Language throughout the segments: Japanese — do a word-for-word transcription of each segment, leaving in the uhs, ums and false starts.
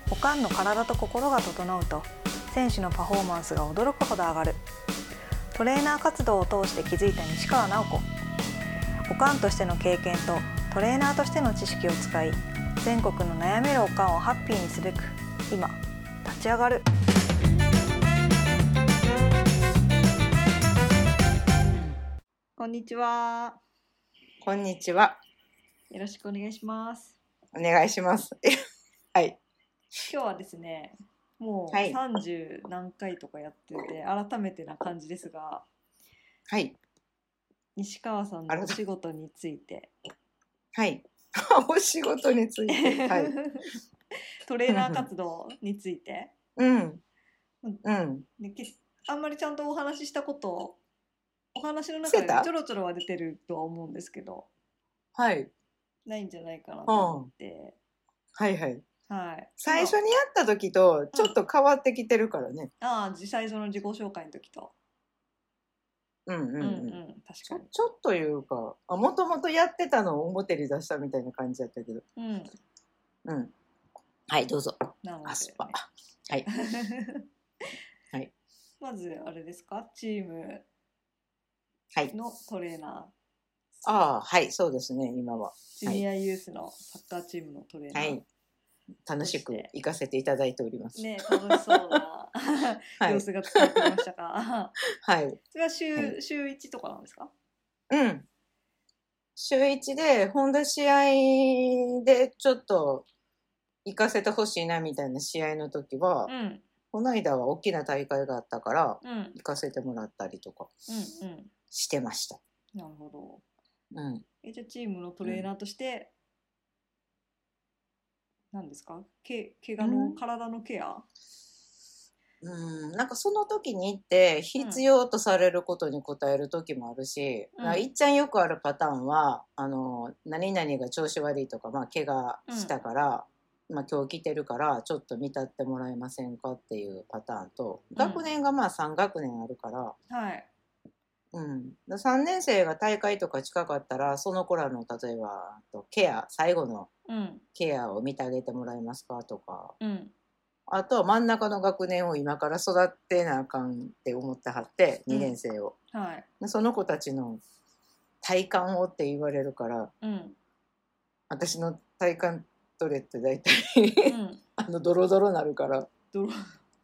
おかんの体と心が整うと選手のパフォーマンスが驚くほど上がる。トレーナー活動を通して気づいた西川直子。おかんとしての経験とトレーナーとしての知識を使い、全国の悩めるおかんをハッピーにすべく今立ち上がる。こんにちは。 こんにちは。 よろしくお願いします。 お願いします。はい。 今日はですね、もうはいさんじゅう何回とかやってて、改めてな感じですが、 はい。 西川さんのお仕事について、 はい。お仕事について。はい。 トレーナー活動について、 うん。うん。 でけあんまりちゃんとお話ししたことお話の中してたでちょろちょろは出てるとは思うんですけど、 はい。 ないんじゃないかなと思って、 はいはい。 はい。 最初にやった時とちょっと変わってきてるからね。 ああ、最初の自己紹介の時と。 うんうんうん。 うんうん、確ちょかに。 ちょっというか、あ、もともとやってたのを表に出したみたいな感じやったけど。 うん。 うん。はい、どうぞ。 なので、 アスパ。はい。はい。 まずあれですか、チームはい。 のトレーナああ、はい、そうですね、今は。 ー、ジュニアユースのサッカーチームのトレーナー。 はい。楽しく行かせていただいております。 ね、楽しそうなはい様子が伝わってきましたか。 はい。 それは週、 はい週いちとかなんですか？ うん。週一で、ほんで試合でちょっと行かせてほしいなみたいな試合の時は、 うん。 この間は大きな大会があったからうん。 行かせてもらったりとかうん。うん。 してました。 なるほど。 うん。 え、じゃあチームのトレーナーとして、何ですか？け、怪我の、 うん体のケア？ うん、なんかその時に行って必要とされることに応える時もあるし、 うんまあいっちゃんよくあるパターンはあの何々が調子悪いとか、まあ、怪我したから、まあ、今日来てるからちょっと見立ってもらえませんかっていうパターンと、 うん学年がまあさん学年あるから、 はい。 うん、ださんねん生が大会とか近かったらその子らの例えばあとケア最後のうん。 ケアを見てあげてもらえますかとか。 うん。 あとは真ん中の学年を今から育てなあかんって思ってはってにねん生を、 はい。 その子たちの体幹をって言われるからうん。 私の体幹トレって大体うん。 あのドロドロなるからドロ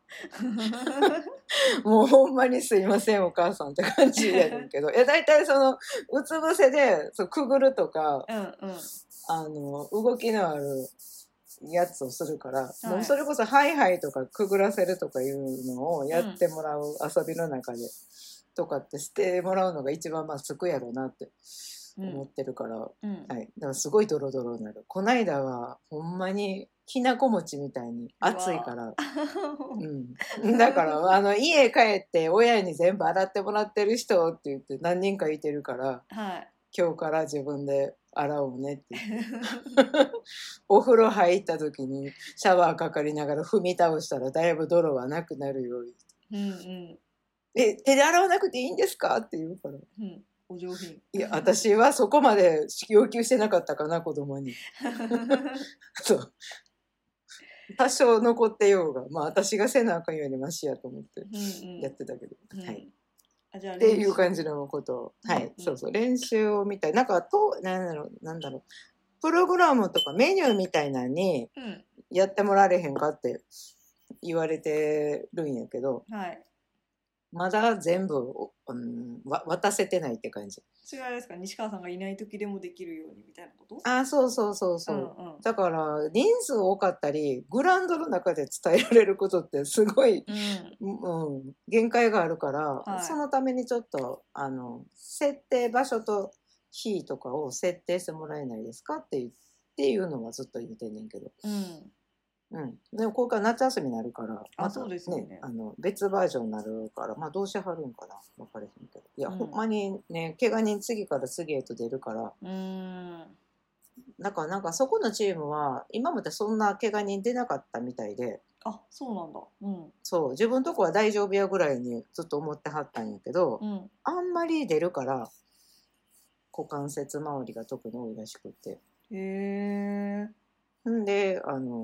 もうほんまにすいませんお母さんって感じやねんけどいや大体そのうつ伏せでそうくぐるとかうんうん。 あの動きのあるやつをするから、 はいもうそれこそハイハイとかくぐらせるとかいうのをやってもらう遊びの中で、とかってしてもらうのが一番まあつくやろうなって思ってるから、 うんはい、だからすごいドロドロになる。こないだはほんまにきなこ餅みたいに暑いから、うん、だからあの家帰って親に全部洗ってもらってる人って言って何人かいてるから、 はい。 今日から自分で洗おうねって言ってお風呂入った時にシャワーかかりながら踏み倒したらだいぶ泥はなくなるように、 うんうんえ手で洗わなくていいんですかって言うから、 うん。お上品。 いや私はそこまで要求してなかったかな子供にそう多少残ってようがまあ私がせなあかんようにマシやと思ってやってたけど、 うんうん、 はいあ、じゃあっていう感じのことを、はい、 うんうん、 そうそう練習を見たいなんかとなんだろうなんだろうプログラムとかメニューみたいなのにやってもらえれへんかって言われてるんやけど、 はい、 まだ全部、うん、わ渡せてないって感じ。 それはあれですか、西川さんがいない時でもできるようにみたいなこと？ あ、そうそうそうそう、 うんうん、 だから人数多かったりグラウンドの中で伝えられることってすごい、うんうん、限界があるから、はい、そのためにちょっとあの設定場所と日とかを設定してもらえないですかって言っていうのはずっと言ってんねんけど、 うんうん、でもこれから夏休みになるからまた、ね、あ、そうですよね、 あの別バージョンになるからまあどうしはるんかな分かれへんけど、いや、うん、ほんまにね怪我人次から次へと出るから、 うーん、 なんかなんかそこのチームは今までそんな怪我人出なかったみたいで、 あ、そうなんだ、うん、 そう自分のとこは大丈夫やぐらいにずっと思ってはったんやけど、うん、あんまり出るから股関節周りが特に多いらしくて、 へえ。 んであの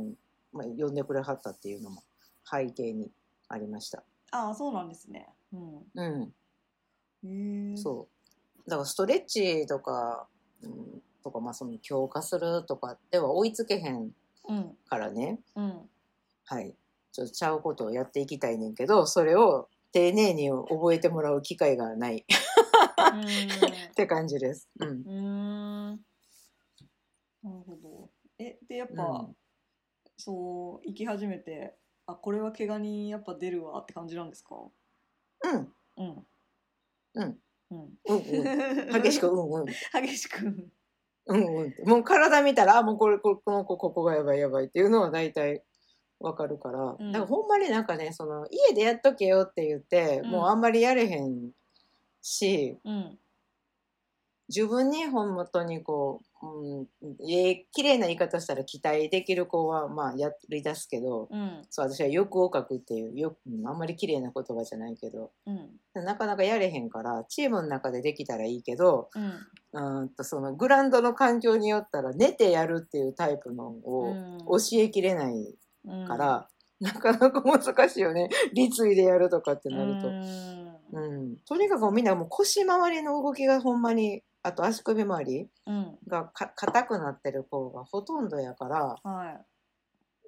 まあ、呼んでくれはったっていうのも背景にありました。 ああ、そうなんですね。うん。 うんへえ。 そうだからストレッチとか、うん、とかまあその強化するとかでは追いつけへんからね、 うんうん、 はいちょっとちゃうことをやっていきたいねんけど、それを丁寧に覚えてもらう機会がないって感じです。うん。 うーんなるほど。えでやっぱ、うん、そう生き始めて、あこれは怪我にやっぱ出るわって感じなんですか？ うんうんうんうんうん激しくうんうん激しくうんうんもう体見たらあもうこれこの子ここがやばいやばいっていうのは大体わかるから、うん、だからほんまになんかねその家でやっとけよって言って、うん、もうあんまりやれへんし、うん、自分に本当にこう、うん、えー、綺麗な言い方したら期待できる子はまあやりだすけど、うん、そう私は欲を書くっていうよくあんまり綺麗な言葉じゃないけど、うん、なかなかやれへんからチームの中でできたらいいけど、うん、うんとそのグラウンドの環境によったら寝てやるっていうタイプのを教えきれないから、うん、なかなか難しいよね立位でやるとかってなると、うんうん、とにかくみんなもう腰回りの動きがほんまにあと足首周りがか硬くなってる子がほとんどやから、はい、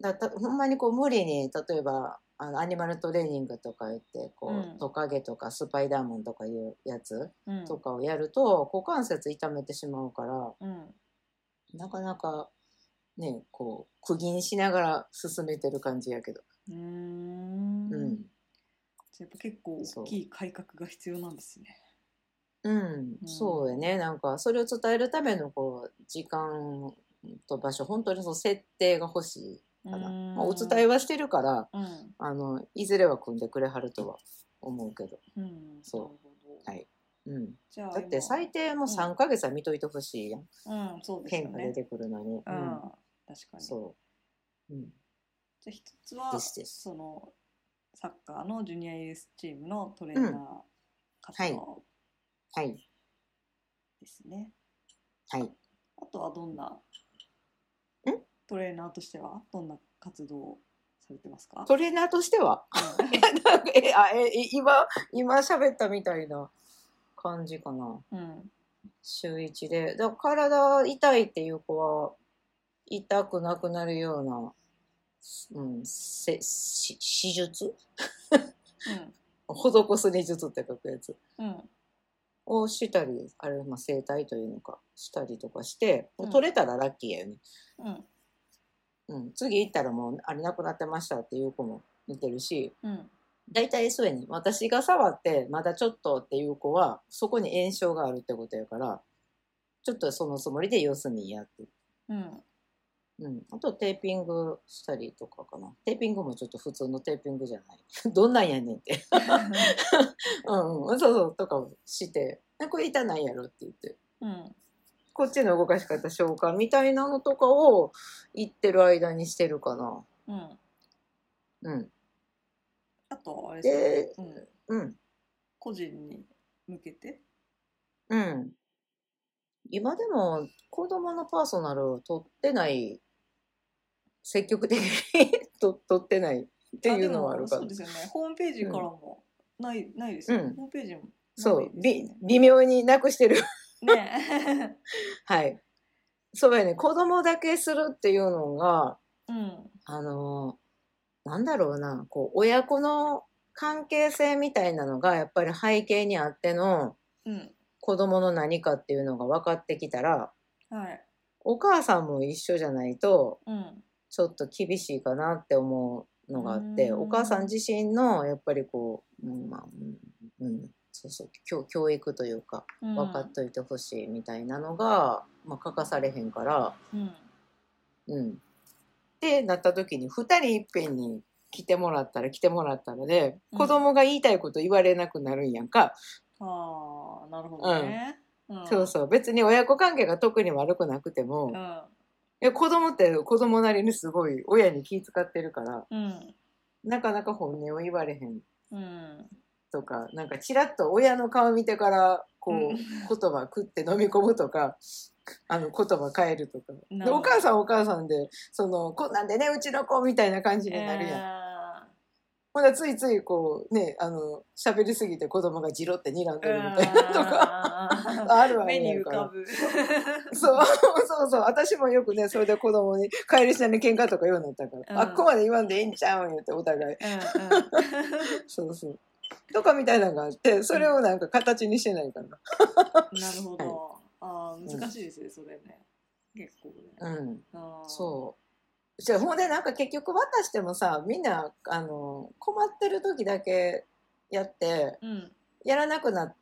だたほんまにこう無理に例えばあのアニマルトレーニングとか言ってこう、うん、トカゲとかスパイダーマンとかいうやつとかをやると、股関節痛めてしまうから、うん、なかなかねこう釘にしながら進めてる感じやけどうーん、 うん、やっぱ結構大きい改革が必要なんですね。 うん、うん、そうやね。なんかそれを伝えるためのこう時間と場所本当にその設定が欲しいかな、まあ、お伝えはしてるから、うん、あのいずれは組んでくれはるとは思うけど、うん、そうはい、うん、じゃあだって最低もさんかげつは見といてほしいやん、うんうん、そうですよね、変化出てくるのに、うん、確かにそう、うん、 じゃあ一つはですですそのサッカーのジュニアユースチームのトレーナー活動、うんはい。 ですね。 はい。 あとはどんなトレーナーとしてはどんな活動をされてますか？ トレーナーとしては、うん、えあえ今今喋ったみたいな感じかな。うん、週一でだから体痛いっていう子は痛くなくなるような、うん、せし施術、うん、施す技術って書くやつ。うんをしたりあれ、まあ、整体というのかしたりとかして、うん、取れたらラッキーやよね、うんうん、次行ったらもうあれなくなってましたっていう子も見てるし、うん、だいたいそうやね私が触ってまだちょっとっていう子はそこに炎症があるってことやからちょっとそのつもりで様子見やって、うんうん、あとテーピングしたりとかかな。テーピングもちょっと普通のテーピングじゃないどんなんやねんってうん、うん、そうそうとかをしてこれ痛ないやろって言って、うん、こっちの動かし方消化みたいなのとかを言ってる間にしてるかな。うんうんあとあれですか、うん、うん、個人に向けてうん今でも子供のパーソナルを取ってない積極的にと取ってないっていうのはあるから。 そうですよね。ホームページからもない、うん、ないですよ、ね、うん、ホームページもないです、ね、 そうび微妙になくしてるねはいそうやね子供だけするっていうのが、うん、あのなんだろうなこう親子の関係性みたいなのがやっぱり背景にあっての、うん、子供の何かっていうのが分かってきたら、はい、お母さんも一緒じゃないと、うんちょっと厳しいかなって思うのがあってお母さん自身のやっぱりこう、うんまあうん、そうそう教、教育というか分かっといてほしいみたいなのが、まあ、欠かされへんから、うんうん、ってなった時にふたりいっぺんに来てもらったら来てもらったので、うん、子供が言いたいこと言われなくなるんやんか。 あーなるほどね、 うんうん、そうそう別に親子関係が特に悪くなくても、うんいや子供って子供なりにすごい親に気遣ってるから、うん、なかなか本音を言われへん、うんとか、なんかちらっと親の顔見てからこう、うん、言葉食って飲み込むとか、あの言葉変えるとかで、お母さんお母さんでそのこんなんでねうちの子みたいな感じになるやん、えー、ほらついついこうね、あの喋りすぎて子供がジロって睨んでるみたいなとかあるわけやから、そうそうそう、私もよくねそれで子供に帰りしなに喧嘩とか言うようになったから、うん、あっこまで言わんでいいんちゃうんよってお互い、うんうん、そうそうとかみたいなのがあって、それをなんか形にしてないかな、 うん、なるほど、はい、あ難しいですね、うん、それね結構ね、 うん、そうじゃあほんでなんか結局渡してもさ、みんなあの困ってる時だけやって、うん、やらなくなって、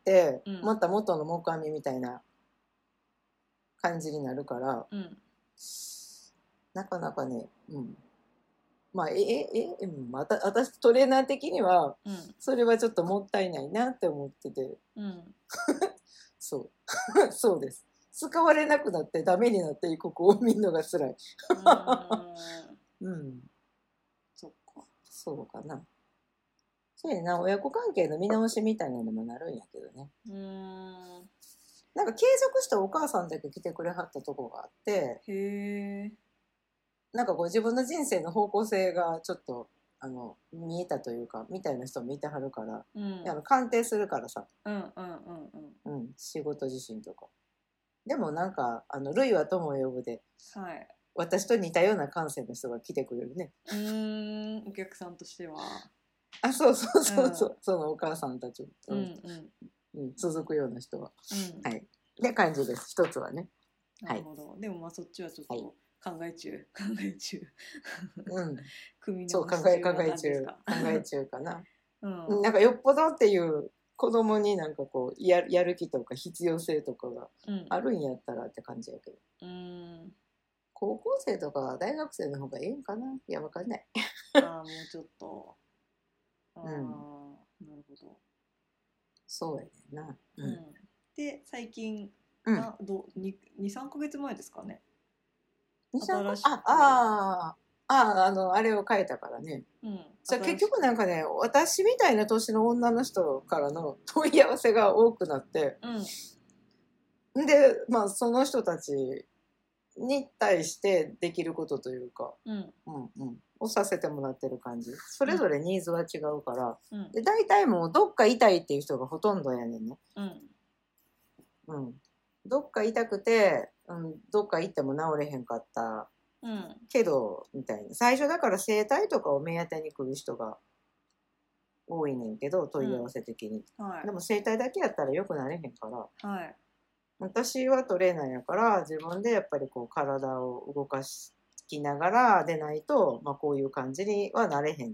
うん、また元の木阿弥みたいな感じになるから、うん、なかなかね、うん、まあえええ、うん、また私トレーナー的には、うん、それはちょっともったいないなって思ってて、うん、そうそうです。使われなくなってダメになっていく子を見るのが辛い。うん。そっか。そうかな。そうやな、親子関係の見直しみたいなのもなるんやけどね。うーん。なんか継続してお母さんだけ来てくれはったとこがあって、へー。なんかこう自分の人生の方向性がちょっとあの見えたというかみたいな人もいてはるから、うん、あの鑑定するからさ、うんうんうんうん、うん、仕事自身とか。でもなんかあの類は友を呼ぶで、はい、私と似たような感性の人が来てくれるね。うーん、お客さんとしては。あ、そうそうそうそう、うん、そのお母さんたち、うんうんうん、続くような人は、うん、はい。で感じです。一つはね。なるほど。はい、でもまあそっちはちょっと考え中、考え中。うん。組み直し中な感じですか。そう考え考え中考え中かな。うん。なんかよっぽどっていう子供になんかこう や, やる気とか必要性とかがあるんやったらって感じやけど。うん。高校生とか大学生の方がいいんかな。いやわかんない。ああもうちょっと。ああ、うん、なるほど。そうやねんな。うん。で最近。など にさんかげつまえですかね。新しくああああのあれを書いたからね。うん、じゃ結局なんかね、私みたいな年の女の人からの問い合わせが多くなって、うん、でまあその人たちに対してできることというか、うんうんうん、をさせてもらってる感じ。それぞれニーズは違うから、うん、で大体もうどっか痛いっていう人がほとんどやねんね。うんうんどっか痛くて、うん、どっか行っても治れへんかった、うん、けどみたいな。最初だから整体とかを目当てに来る人が多いねんけど、問い合わせ的に、うんはい、でも整体だけやったらよくなれへんから、はい、私はトレーナーやから自分でやっぱりこう体を動かしきながらでないと、まあ、こういう感じにはなれへんって、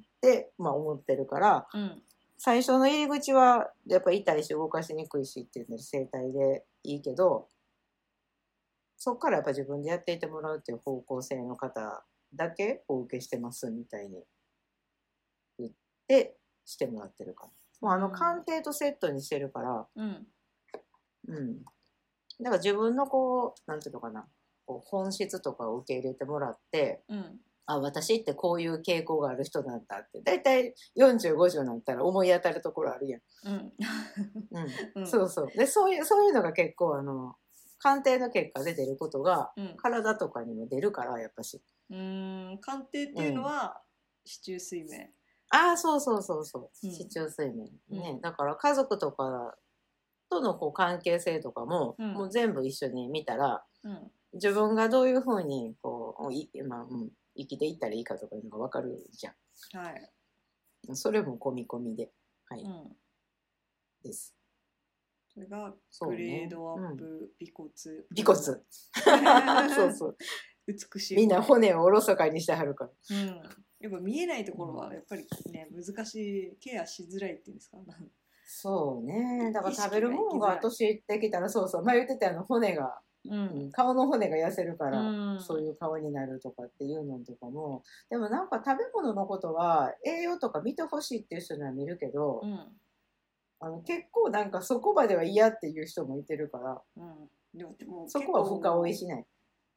まあ、思ってるから、うん最初の入り口はやっぱ痛いし動かしにくいしっていうので整体でいいけど、そこからやっぱ自分でやっていてもらうっていう方向性の方だけお受けしてますみたいに言ってしてもらってるから、もうあの鑑定とセットにしてるから、うんうん、だから自分のこうなんていうのかな、こう本質とかを受け入れてもらって、うんあ私ってこういう傾向がある人なんだってだいたいよんじゅうごじゅうになったら思い当たるところあるやん、うんうん、そうそうでそういうそういうのが結構あの鑑定の結果で出ることが、うん、体とかにも出るからやっぱしうん鑑定っていうのは、うん、四柱推命ああそうそうそうそう、うん、四柱推命ね、うん、だから家族とかとのこう関係性とかも、うん、もう全部一緒に見たら、うん、自分がどういうふうにこうい、まあうん生きていったらいいかとかいうのが分かるじゃん。はい。それも込み込みで、はい。うん、です。それがグレードアップ、尾骨。尾骨。そうそう。美しい。みんな骨をおろそかにしてはるから。うん。やっぱ見えないところはやっぱりね、難しい、ケアしづらいっていうんですか。そうね。だから食べるものが年いってきたら、そうそう。前言ってたあの骨が。うん、顔の骨が痩せるから、うん、そういう顔になるとかっていうのとかもでもなんか食べ物のことは栄養とか見てほしいっていう人には見るけど、うん、あの結構なんかそこまでは嫌っていう人もいてるから、うん、でもでもそこは深追いしない。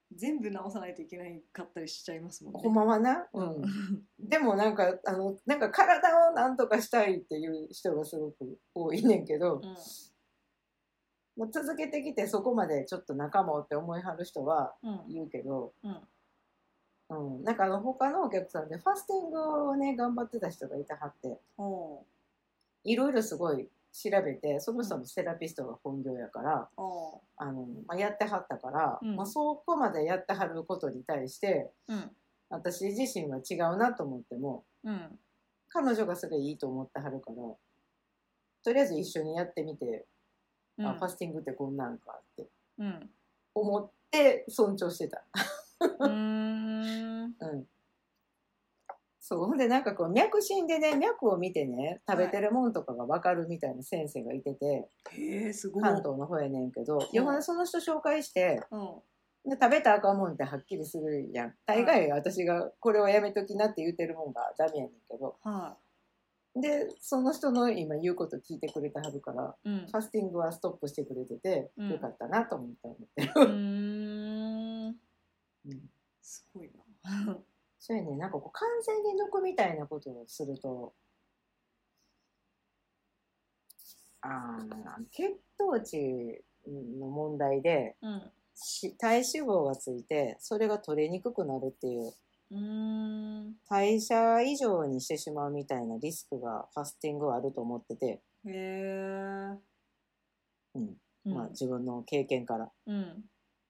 全部直さないといけないかったりしちゃいますもんね。 ほんまはな、うん、でもなんかあのなんか体をなんとかしたいっていう人がすごく多いねんけど、うん、もう続けてきてそこまでちょっと仲間をって思いはる人は言うけど、うんうん、なんかあの他のお客さんでファスティングをね頑張ってた人がいたはって、いろいろすごい調べて、その人もセラピストが本業やから、うん、あのまあ、やってはったから、うんまあ、そこまでやってはることに対して、うん、私自身は違うなと思っても、うん、彼女がそれいいと思ってはるから、とりあえず一緒にやってみて、うん、あファスティングってこんなんかって思って尊重してた。うーん、うんそうほんでなんかこう脈診でね脈を見てね食べてるもんとかが分かるみたいな先生がいてて、はい、へーすごい関東の方やねんけど、いやその人紹介して、うん、で食べたらあかんもんってはっきりするやん。大概私がこれはやめときなって言ってるもんがダメやねんけど、はい、でその人の今言うこと聞いてくれてはるから、うん、ファスティングはストップしてくれてて、うん、よかったなと思ったんだけど、うーん、うん、すごいな。そうやね、なんかこう完全に抜くみたいなことをすると、あ血糖値の問題で、うん、体脂肪がついてそれが取れにくくなるっていう、うーん代謝異常にしてしまうみたいなリスクがファスティングはあると思ってて、へー、うんまあ、自分の経験から、うん、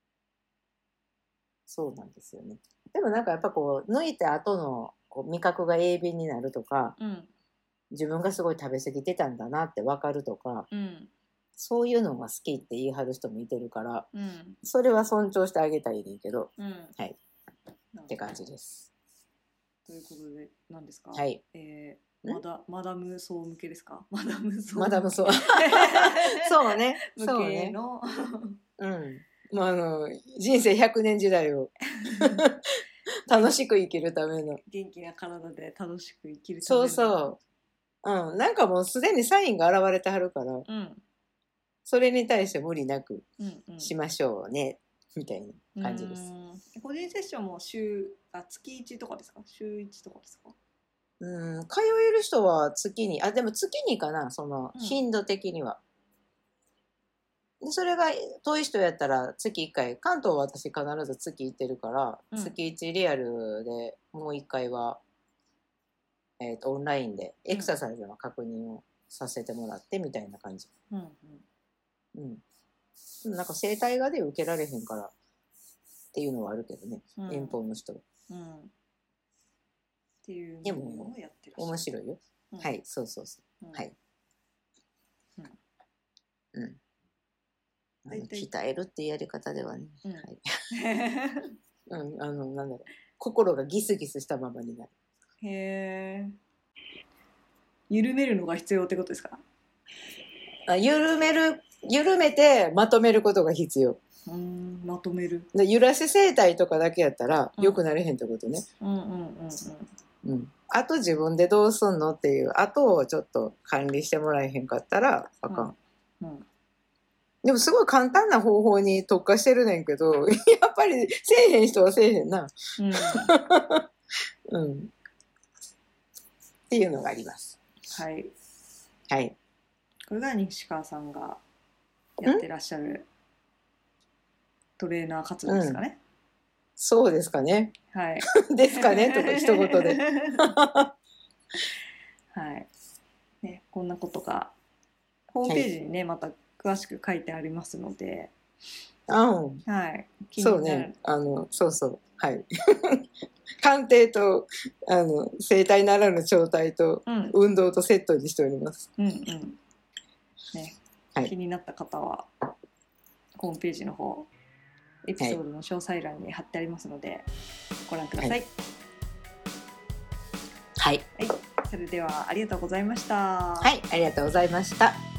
そうなんですよね。でもなんかやっぱこう抜いた後のこう味覚が鋭敏になるとか、うん、自分がすごい食べ過ぎてたんだなって分かるとか、うん、そういうのが好きって言い張る人もいてるから、うん、それは尊重してあげたいねんけど、うん、はいって感じです。ということで何ですか、はいえー、マダマダム層向けですか？マダム層マダム層そうね向けのうんまあ、あの人生ひゃくねん時代を楽しく生きるための元気な体で楽しく生きるためのそうそう、うん、なんかもうすでにサインが現れてはるから、うん、それに対して無理なくしましょうね、うんうん、みたいな感じです。うん個人セッションも週あ月いちとかですか？週いちとかですか？うん通える人は月にあでも月にかなその頻度的には、でそれが遠い人やったら月いっかい、関東は私必ず月行ってるから、うん、月いちリアルでもういっかいは、えーと、オンラインでエクササイズの確認をさせてもらってみたいな感じ、うんうんうん、なんか整体がで受けられへんからっていうのはあるけどね、うん、遠方の人は、うん、っていうのをやってる面白いよ、うん、はいそうそうそう、うん、はいうん、うん鍛えるっていうやり方ではね、うんはいうん、あのなんだろう心がギスギスしたままになる。へえ。緩めるのが必要ってことですか？あ緩める緩めてまとめることが必要。うんまとめる。で揺らし整体とかだけやったら良くなれへんってことね。うんうんうんうん。うん。あと自分でどうすんのっていうあとをちょっと管理してもらえへんかったらあかん。うん。うんでもすごい簡単な方法に特化してるねんけどやっぱりせえへん人はせえへんな、うんうん、っていうのがありますはいはいこれが西川さんがやってらっしゃるトレーナー活動ですかね、うん、そうですかねはいですかねとか一言ではいねこんなことがホームページにね、はい、また詳しく書いてありますので、あはい、そうね、あのそうそうはい鑑定とあの整体ならぬ調体と、うん、運動とセットにしております。うんうんねはい、気になった方はホームページの方エピソードの詳細欄に貼ってありますので、はい、ご覧ください。はい、はいはい、それではありがとうございました。はい、ありがとうございました。